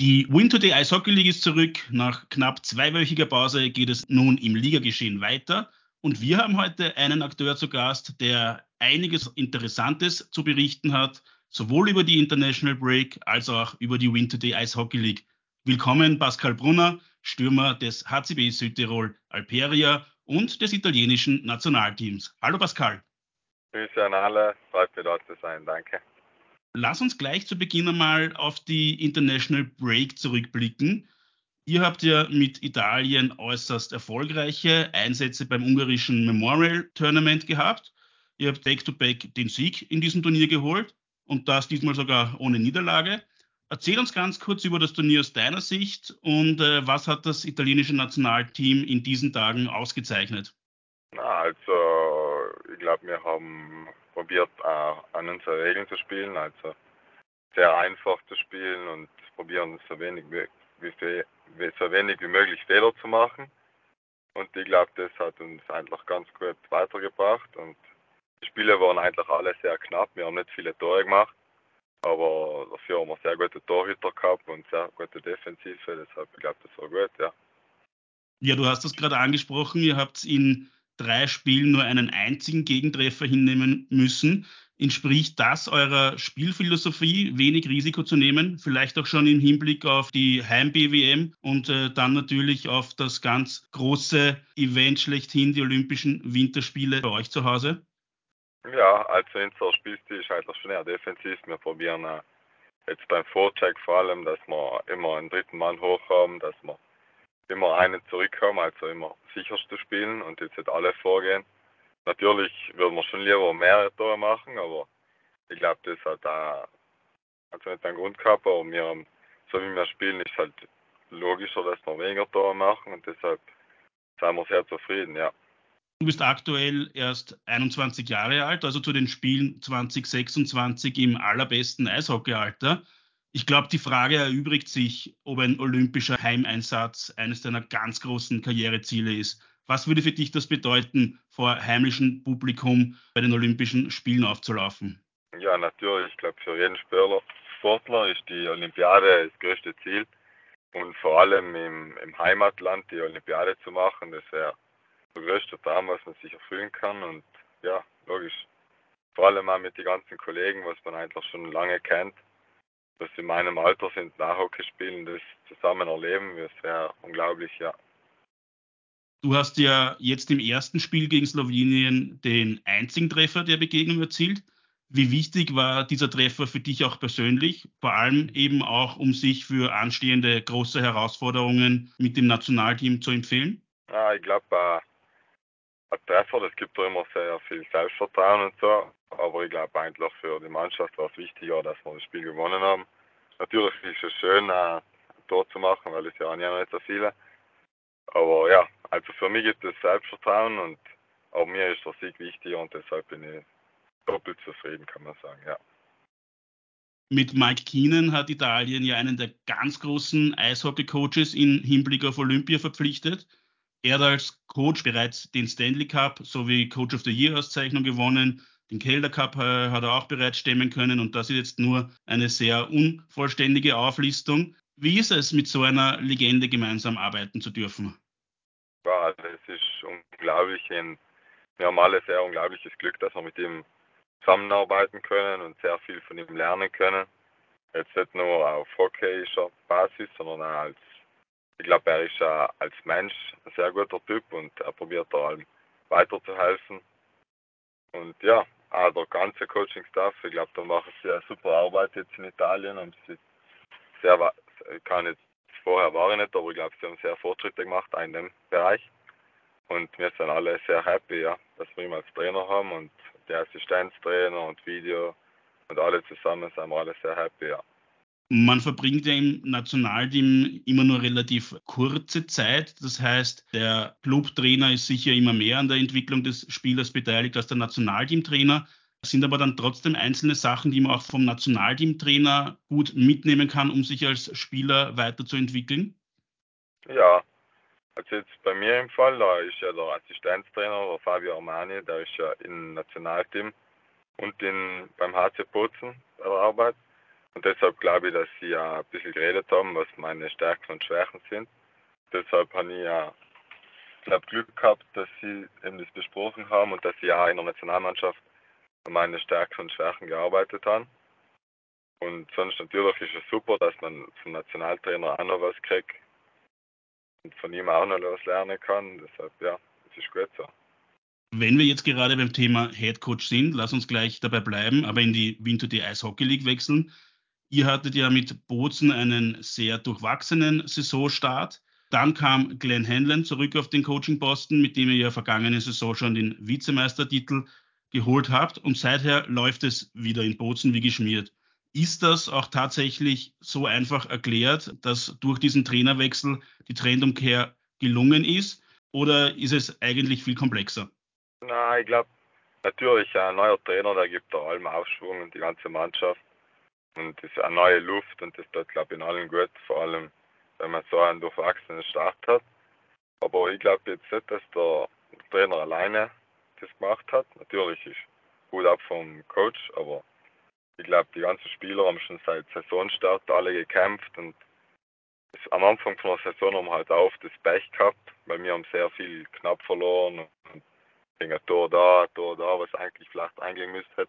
Die Win Today Eishockey League ist zurück. Nach knapp zweiwöchiger Pause geht es nun im Ligageschehen weiter. Und wir haben heute einen Akteur zu Gast, der einiges Interessantes zu berichten hat, sowohl über die International Break als auch über die Win Today Eishockey League. Willkommen Pascal Brunner, Stürmer des HCB Südtirol Alperia und des italienischen Nationalteams. Hallo Pascal. Grüße an alle, freut mich dort zu sein, danke. Lass uns gleich zu Beginn einmal auf die International Break zurückblicken. Ihr habt ja mit Italien äußerst erfolgreiche Einsätze beim ungarischen Memorial Tournament gehabt. Ihr habt Back-to-Back den Sieg in diesem Turnier geholt und das diesmal sogar ohne Niederlage. Erzähl uns ganz kurz über das Turnier aus deiner Sicht und was hat das italienische Nationalteam in diesen Tagen ausgezeichnet? Also, ich glaube, wir haben probiert, an unsere Regeln zu spielen, also sehr einfach zu spielen und probieren so wenig wie möglich Fehler zu machen. Und ich glaube, das hat uns eigentlich ganz gut weitergebracht und die Spiele waren eigentlich alle sehr knapp. Wir haben nicht viele Tore gemacht, aber dafür haben wir sehr gute Torhüter gehabt und sehr gute Defensive, deshalb ich glaube, das war gut, ja. Ja, du hast das gerade angesprochen. Ihr habt in 3 Spielen nur einen einzigen Gegentreffer hinnehmen müssen. Entspricht das eurer Spielphilosophie, wenig Risiko zu nehmen? Vielleicht auch schon im Hinblick auf die Heim-BWM und dann natürlich auf das ganz große Event schlechthin, die Olympischen Winterspiele bei euch zu Hause? Ja, also unser Spielstil ist halt schon eher defensiv. Wir probieren jetzt beim Vorcheck vor allem, dass wir immer einen dritten Mann hoch haben, dass wir immer einen zurückhaben, also immer sicherst zu spielen und jetzt nicht alle vorgehen. Natürlich würden wir schon lieber mehrere Tore machen, aber ich glaube, das hat auch also nicht einen Grund gehabt, aber wir haben, so wie wir spielen, ist halt logischer, dass wir weniger Tore machen und deshalb sind wir sehr zufrieden, ja. Du bist aktuell erst 21 Jahre alt, also zu den Spielen 2026 im allerbesten Eishockeyalter. Ich glaube, die Frage erübrigt sich, ob ein olympischer Heimeinsatz eines deiner ganz großen Karriereziele ist. Was würde für dich das bedeuten, vor heimischem Publikum bei den Olympischen Spielen aufzulaufen? Ja, natürlich, ich glaube, für jeden Sportler ist die Olympiade das größte Ziel und vor allem im Heimatland die Olympiade zu machen, das wäre der größte Traum, was man sich erfüllen kann und ja, logisch. Vor allem auch mit den ganzen Kollegen, was man eigentlich schon lange kennt, was in meinem Alter sind, nach Hockey spielen, das zusammen erleben, das wäre unglaublich, ja. Du hast ja jetzt im ersten Spiel gegen Slowenien den einzigen Treffer der Begegnung erzielt. Wie wichtig war dieser Treffer für dich auch persönlich? Vor allem eben auch, um sich für anstehende große Herausforderungen mit dem Nationalteam zu empfehlen? Ja, ich glaube, ein Treffer, das gibt doch immer sehr viel Selbstvertrauen und so, aber ich glaube eigentlich für die Mannschaft war es wichtiger, dass wir das Spiel gewonnen haben. Natürlich ist es schön, ein Tor zu machen, weil es ja auch nicht so viele. Aber ja, also für mich gibt es Selbstvertrauen und auch mir ist der Sieg wichtiger und deshalb bin ich doppelt zufrieden, kann man sagen, ja. Mit Mike Keenan hat Italien ja einen der ganz großen Eishockey-Coaches im Hinblick auf Olympia verpflichtet. Er hat als Coach bereits den Stanley Cup sowie Coach of the Year-Auszeichnung gewonnen. Den Calder Cup hat er auch bereits stemmen können und das ist jetzt nur eine sehr unvollständige Auflistung. Wie ist es, mit so einer Legende gemeinsam arbeiten zu dürfen? Ja, das ist unglaublich. Wir haben alle sehr unglaubliches Glück, dass wir mit ihm zusammenarbeiten können und sehr viel von ihm lernen können. Jetzt nicht nur auf hockeyischer Basis, sondern auch ich glaube, er ist als Mensch ein sehr guter Typ und er probiert da allem weiterzuhelfen. Und ja, auch der ganze Coaching-Staff, ich glaube, da machen sie eine super Arbeit jetzt in Italien und sie ich kann jetzt vorher war ich nicht, aber ich glaube, sie haben sehr Fortschritte gemacht auch in dem Bereich. Und wir sind alle sehr happy, ja, dass wir ihn als Trainer haben und der Assistenztrainer und Video und alle zusammen sind wir alle sehr happy, ja. Man verbringt ja im Nationalteam immer nur relativ kurze Zeit. Das heißt, der Clubtrainer ist sicher immer mehr an der Entwicklung des Spielers beteiligt als der Nationalteamtrainer. Es sind aber dann trotzdem einzelne Sachen, die man auch vom Nationalteamtrainer gut mitnehmen kann, um sich als Spieler weiterzuentwickeln. Ja, also jetzt bei mir im Fall, da ist ja der Assistenztrainer, der Fabio Armani, der ist ja im Nationalteam und beim HC Bozen bei der Arbeit. Und deshalb glaube ich, dass sie ja ein bisschen geredet haben, was meine Stärken und Schwächen sind. Deshalb habe ich ja, glaube Glück gehabt, dass sie eben das besprochen haben und dass sie ja in der Nationalmannschaft an meine Stärken und Schwächen gearbeitet haben. Und sonst natürlich ist es super, dass man vom Nationaltrainer auch noch was kriegt und von ihm auch noch was lernen kann. Deshalb, ja, es ist gut so. Wenn wir jetzt gerade beim Thema Headcoach sind, lass uns gleich dabei bleiben, aber in die Winter Ice Hockey League wechseln. Ihr hattet ja mit Bozen einen sehr durchwachsenen Saisonstart. Dann kam Glenn Hanlon zurück auf den Coaching-Posten, mit dem ihr ja vergangene Saison schon den Vizemeistertitel geholt habt. Und seither läuft es wieder in Bozen wie geschmiert. Ist das auch tatsächlich so einfach erklärt, dass durch diesen Trainerwechsel die Trendumkehr gelungen ist? Oder ist es eigentlich viel komplexer? Na, ich glaube, natürlich ein neuer Trainer, der gibt da allem Aufschwung und die ganze Mannschaft. Und das ist eine neue Luft und das tut, glaube ich, in allen gut, vor allem, wenn man so einen durchwachsenen Start hat. Aber ich glaube jetzt nicht, dass der Trainer alleine das gemacht hat. Natürlich ist gut ab vom Coach, aber ich glaube, die ganzen Spieler haben schon seit Saisonstart alle gekämpft und am Anfang von der Saison haben wir halt auch das Pech gehabt, weil wir haben sehr viel knapp verloren und ging ein Tor da, was eigentlich vielleicht eingehen müsste.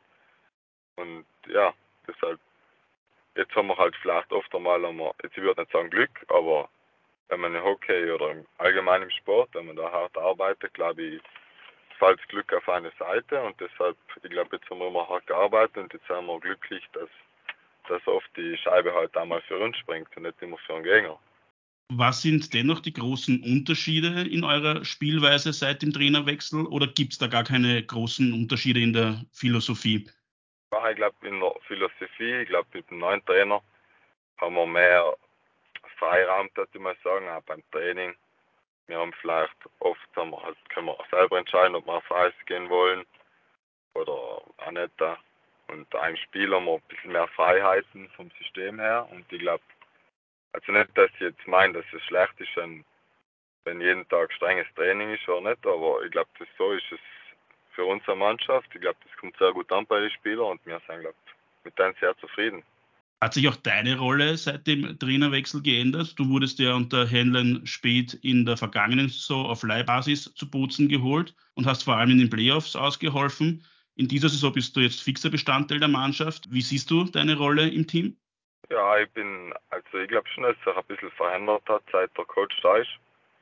Und ja, deshalb, jetzt haben wir halt vielleicht oft einmal, jetzt ich würde nicht sagen Glück, aber wenn man im Hockey oder im allgemeinen im Sport, wenn man da hart arbeitet, glaube ich, fällt das Glück auf eine Seite und deshalb, ich glaube, jetzt haben wir immer hart gearbeitet und jetzt sind wir glücklich, dass oft die Scheibe halt einmal für uns springt und nicht immer für den Gegner. Was sind dennoch die großen Unterschiede in eurer Spielweise seit dem Trainerwechsel oder gibt es da gar keine großen Unterschiede in der Philosophie? Ja, ich glaube, in der Philosophie, ich glaube, mit dem neuen Trainer haben wir mehr Freiraum, würde ich mal sagen, auch beim Training. Wir haben vielleicht oft, können wir auch selber entscheiden, ob wir auf Eis gehen wollen oder auch nicht. Und einem Spiel haben wir ein bisschen mehr Freiheiten vom System her. Und ich glaube, also nicht, dass ich jetzt meine, dass es schlecht ist, wenn jeden Tag strenges Training ist oder nicht, aber ich glaube, so ist es für unsere Mannschaft. Ich glaube, das kommt sehr gut an bei den Spielern und wir sind, glaube ich, mit denen sehr zufrieden. Hat sich auch deine Rolle seit dem Trainerwechsel geändert? Du wurdest ja unter Hanlon spät in der vergangenen Saison auf Leihbasis zu Bozen geholt und hast vor allem in den Playoffs ausgeholfen. In dieser Saison bist du jetzt fixer Bestandteil der Mannschaft. Wie siehst du deine Rolle im Team? Ja, also ich glaube schon, dass sich ein bisschen verändert hat, seit der Coach da ist.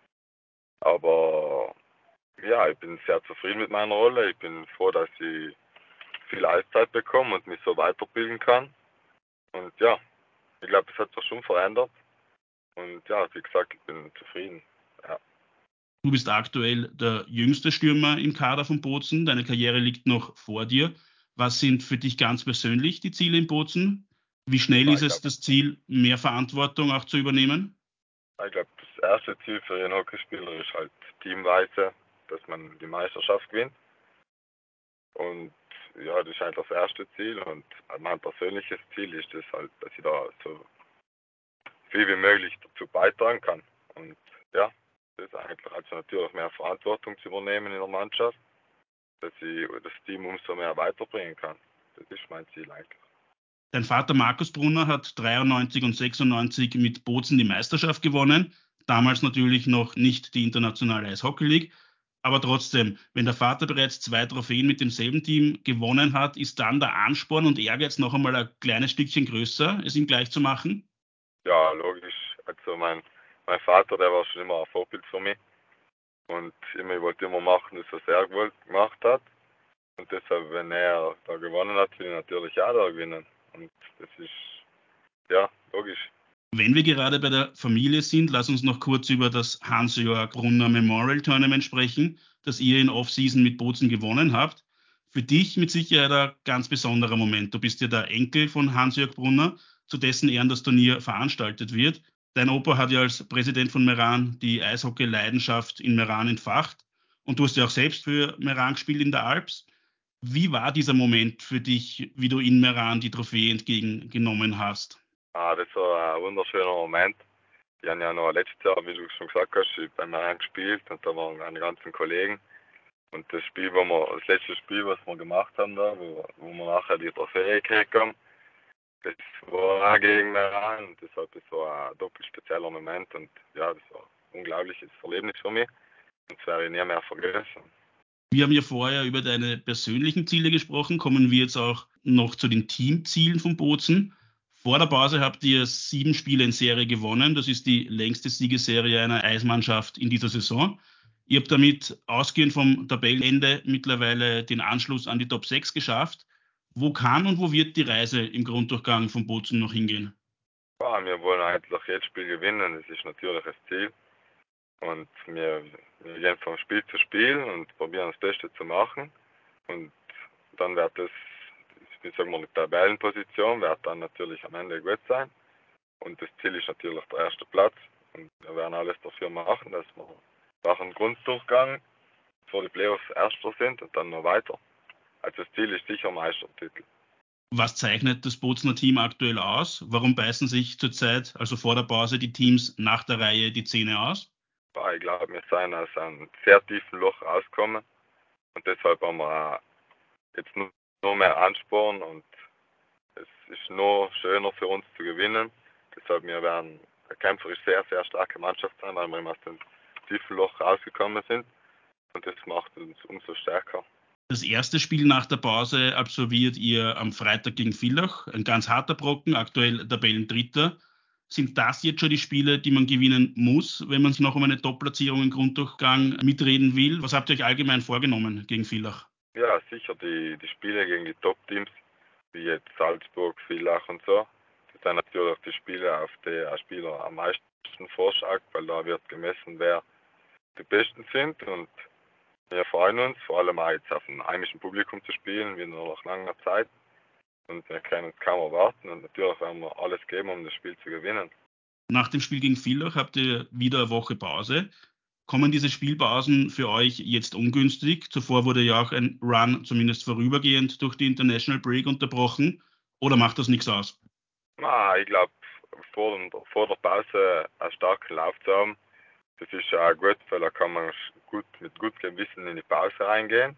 Aber ja, ich bin sehr zufrieden mit meiner Rolle. Ich bin froh, dass ich viel Eiszeit bekomme und mich so weiterbilden kann. Und ja, ich glaube, es hat sich schon verändert. Und ja, wie gesagt, ich bin zufrieden. Ja. Du bist aktuell der jüngste Stürmer im Kader von Bozen. Deine Karriere liegt noch vor dir. Was sind für dich ganz persönlich die Ziele in Bozen? Wie schnell ist Ich es glaube, das Ziel, mehr Verantwortung auch zu übernehmen? das erste Ziel für jeden Hockeyspieler ist halt teamweise, dass man die Meisterschaft gewinnt. Und ja, das ist halt das erste Ziel. Und mein persönliches Ziel ist es halt, dass ich da so viel wie möglich dazu beitragen kann. Und ja, das ist eigentlich also natürlich mehr Verantwortung zu übernehmen in der Mannschaft, dass ich das Team umso mehr weiterbringen kann. Das ist mein Ziel eigentlich. Dein Vater Markus Brunner hat 93 und 96 mit Bozen die Meisterschaft gewonnen. Damals natürlich noch nicht die internationale Eishockey League. Aber trotzdem, wenn der Vater bereits 2 Trophäen mit demselben Team gewonnen hat, ist dann der Ansporn und Ehrgeiz noch einmal ein kleines Stückchen größer, es ihm gleich zu machen. Ja, logisch. Also mein Vater, der war schon immer ein Vorbild für mich. Und ich wollte immer machen, das, was er gemacht hat. Und deshalb, wenn er da gewonnen hat, will ich natürlich auch da gewinnen. Und das ist, ja, logisch. Wenn wir gerade bei der Familie sind, lass uns noch kurz über das Hans-Jörg Brunner Memorial Tournament sprechen, das ihr in Offseason mit Bozen gewonnen habt. Für dich mit Sicherheit ein ganz besonderer Moment. Du bist ja der Enkel von Hans-Jörg Brunner, zu dessen Ehren das Turnier veranstaltet wird. Dein Opa hat ja als Präsident von Meran die Eishockey-Leidenschaft in Meran entfacht und du hast ja auch selbst für Meran gespielt in der Alps. Wie war dieser Moment für dich, wie du in Meran die Trophäe entgegengenommen hast? Das war ein wunderschöner Moment. Die haben ja noch letztes Jahr, wie du schon gesagt hast, beim Verein gespielt und da waren meine ganzen Kollegen. Und das letzte Spiel, was wir gemacht haben da, wo wir nachher die Trophäe gekriegt haben, Das war auch gegen Meran und deshalb das war ein doppelt spezieller Moment und ja, das war ein unglaubliches Erlebnis für mich und das werde ich nie mehr vergessen. Wir haben ja vorher über deine persönlichen Ziele gesprochen, kommen wir jetzt auch noch zu den Teamzielen von Bozen. Vor der Pause habt ihr 7 Spiele in Serie gewonnen. Das ist die längste Siegesserie einer Eismannschaft in dieser Saison. Ihr habt damit ausgehend vom Tabellenende mittlerweile den Anschluss an die Top 6 geschafft. Wo kann und wo wird die Reise im Grunddurchgang von Bozen noch hingehen? Ja, wir wollen eigentlich jedes Spiel gewinnen, das ist natürlich das Ziel. Und wir gehen von Spiel zu Spiel und probieren das Beste zu machen. Und dann wird das, wie sagen wir, die Tabellenposition wird dann natürlich am Ende gut sein. Und das Ziel ist natürlich der erste Platz. Und wir werden alles dafür machen, dass wir nach dem Grunddurchgang vor die Playoffs Erster sind und dann noch weiter. Also das Ziel ist sicher Meistertitel. Was zeichnet das Bozener Team aktuell aus? Warum beißen sich zurzeit, also vor der Pause, die Teams nach der Reihe die Zähne aus? Ja, ich glaube, wir sind aus einem sehr tiefen Loch rausgekommen und deshalb haben wir auch jetzt nur mehr Ansporn und es ist noch schöner für uns zu gewinnen. Deshalb wir werden eine kämpferisch sehr, sehr starke Mannschaft sein, weil wir aus dem tiefen Loch rausgekommen sind und das macht uns umso stärker. Das erste Spiel nach der Pause absolviert ihr am Freitag gegen Villach. Ein ganz harter Brocken, aktuell Tabellendritter. Sind das jetzt schon die Spiele, die man gewinnen muss, wenn man sich noch um eine Top-Platzierung im Grunddurchgang mitreden will? Was habt ihr euch allgemein vorgenommen gegen Villach? Ja, sicher die Spiele gegen die Top-Teams, wie jetzt Salzburg, Villach und so. Das sind natürlich die Spiele, auf die ein Spieler am meisten vorschaut, weil da wird gemessen, wer die Besten sind und wir freuen uns, vor allem auch jetzt auf einem heimischen Publikum zu spielen, wie nur nach langer Zeit. Und wir können es kaum erwarten und natürlich werden wir alles geben, um das Spiel zu gewinnen. Nach dem Spiel gegen Villach habt ihr wieder eine Woche Pause. Kommen diese Spielpausen für euch jetzt ungünstig? Zuvor wurde ja auch ein Run zumindest vorübergehend durch die International Break unterbrochen. Oder macht das nichts aus? Ich glaube, vor der Pause einen starken Lauf zu haben, das ist ja auch gut, weil da kann man mit gut Gewissen in die Pause reingehen.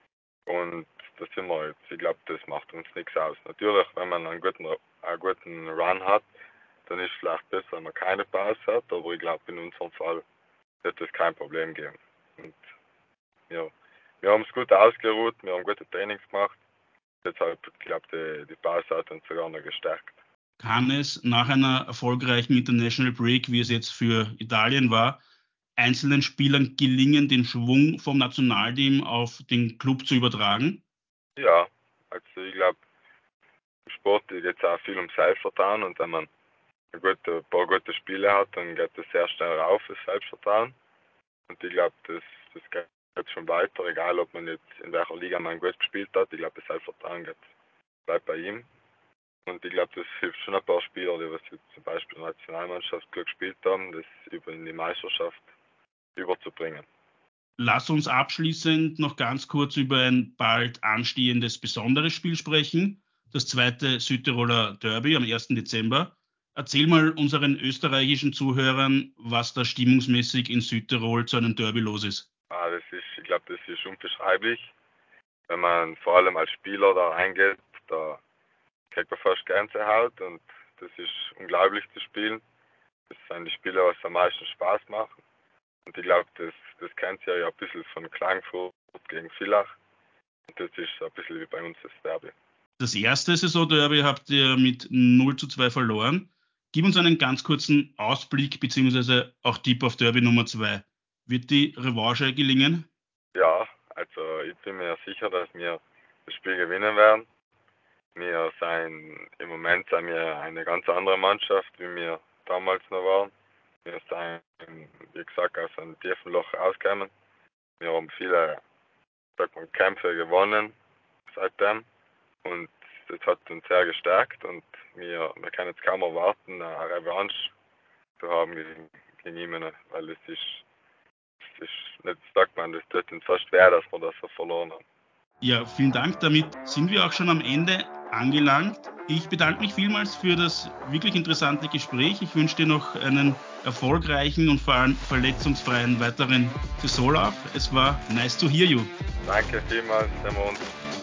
Und da sind wir jetzt. Ich glaube, das macht uns nichts aus. Natürlich, wenn man einen guten Run hat, dann ist es vielleicht besser, wenn man keine Pause hat. Aber ich glaube, in unserem Fall wird es kein Problem geben. Und ja, wir haben es gut ausgeruht, wir haben gute Trainings gemacht. Deshalb, ich glaube, die Pause hat uns sogar noch gestärkt. Kann es nach einer erfolgreichen International Break, wie es jetzt für Italien war, einzelnen Spielern gelingen, den Schwung vom Nationalteam auf den Club zu übertragen? Ja, also ich glaube, im Sport geht es auch viel um Selbstvertrauen und wenn man ein paar gute Spiele hat, dann geht es sehr schnell rauf, das Selbstvertrauen. Und ich glaube, das geht schon weiter, egal ob man jetzt in welcher Liga man gut gespielt hat. Ich glaube, das Selbstvertrauen bleibt bei ihm. Und ich glaube, das hilft schon ein paar Spieler, die was jetzt zum Beispiel in der Nationalmannschaft gut gespielt haben, das in die Meisterschaft überzubringen. Lass uns abschließend noch ganz kurz über ein bald anstehendes besonderes Spiel sprechen. Das zweite Südtiroler Derby am 1. Dezember. Erzähl mal unseren österreichischen Zuhörern, was da stimmungsmäßig in Südtirol zu einem Derby los ist. Ich glaube, das ist unbeschreiblich. Wenn man vor allem als Spieler da reingeht, da kriegt man fast Gänsehaut und das ist unglaublich zu spielen. Das sind die Spiele, was am meisten Spaß machen. Und ich glaube, das kennt ihr ja ein bisschen von Klagenfurt gegen Villach. Und das ist ein bisschen wie bei uns das Derby. Das erste Saisonderby habt ihr mit 0:2 verloren. Gib uns einen ganz kurzen Ausblick bzw. auch Tipp auf Derby Nummer 2. Wird die Revanche gelingen? Ja, also ich bin mir sicher, dass wir das Spiel gewinnen werden. Im Moment sind wir eine ganz andere Mannschaft, wie wir damals noch waren. Wir sind, wie gesagt, aus einem tiefen Loch rausgekommen. Wir haben viele, Kämpfe gewonnen seitdem und das hat uns sehr gestärkt und wir können jetzt kaum erwarten, eine Revanche zu haben gegen ihn, weil es ist nicht, sagt man, das tut uns fast weh, dass wir das so verloren haben. Ja, vielen Dank. Damit sind wir auch schon am Ende angelangt. Ich bedanke mich vielmals für das wirklich interessante Gespräch. Ich wünsche dir noch einen erfolgreichen und vor allem verletzungsfreien weiteren Saisonlauf. Es war nice to hear you. Danke vielmals, sehen wir uns.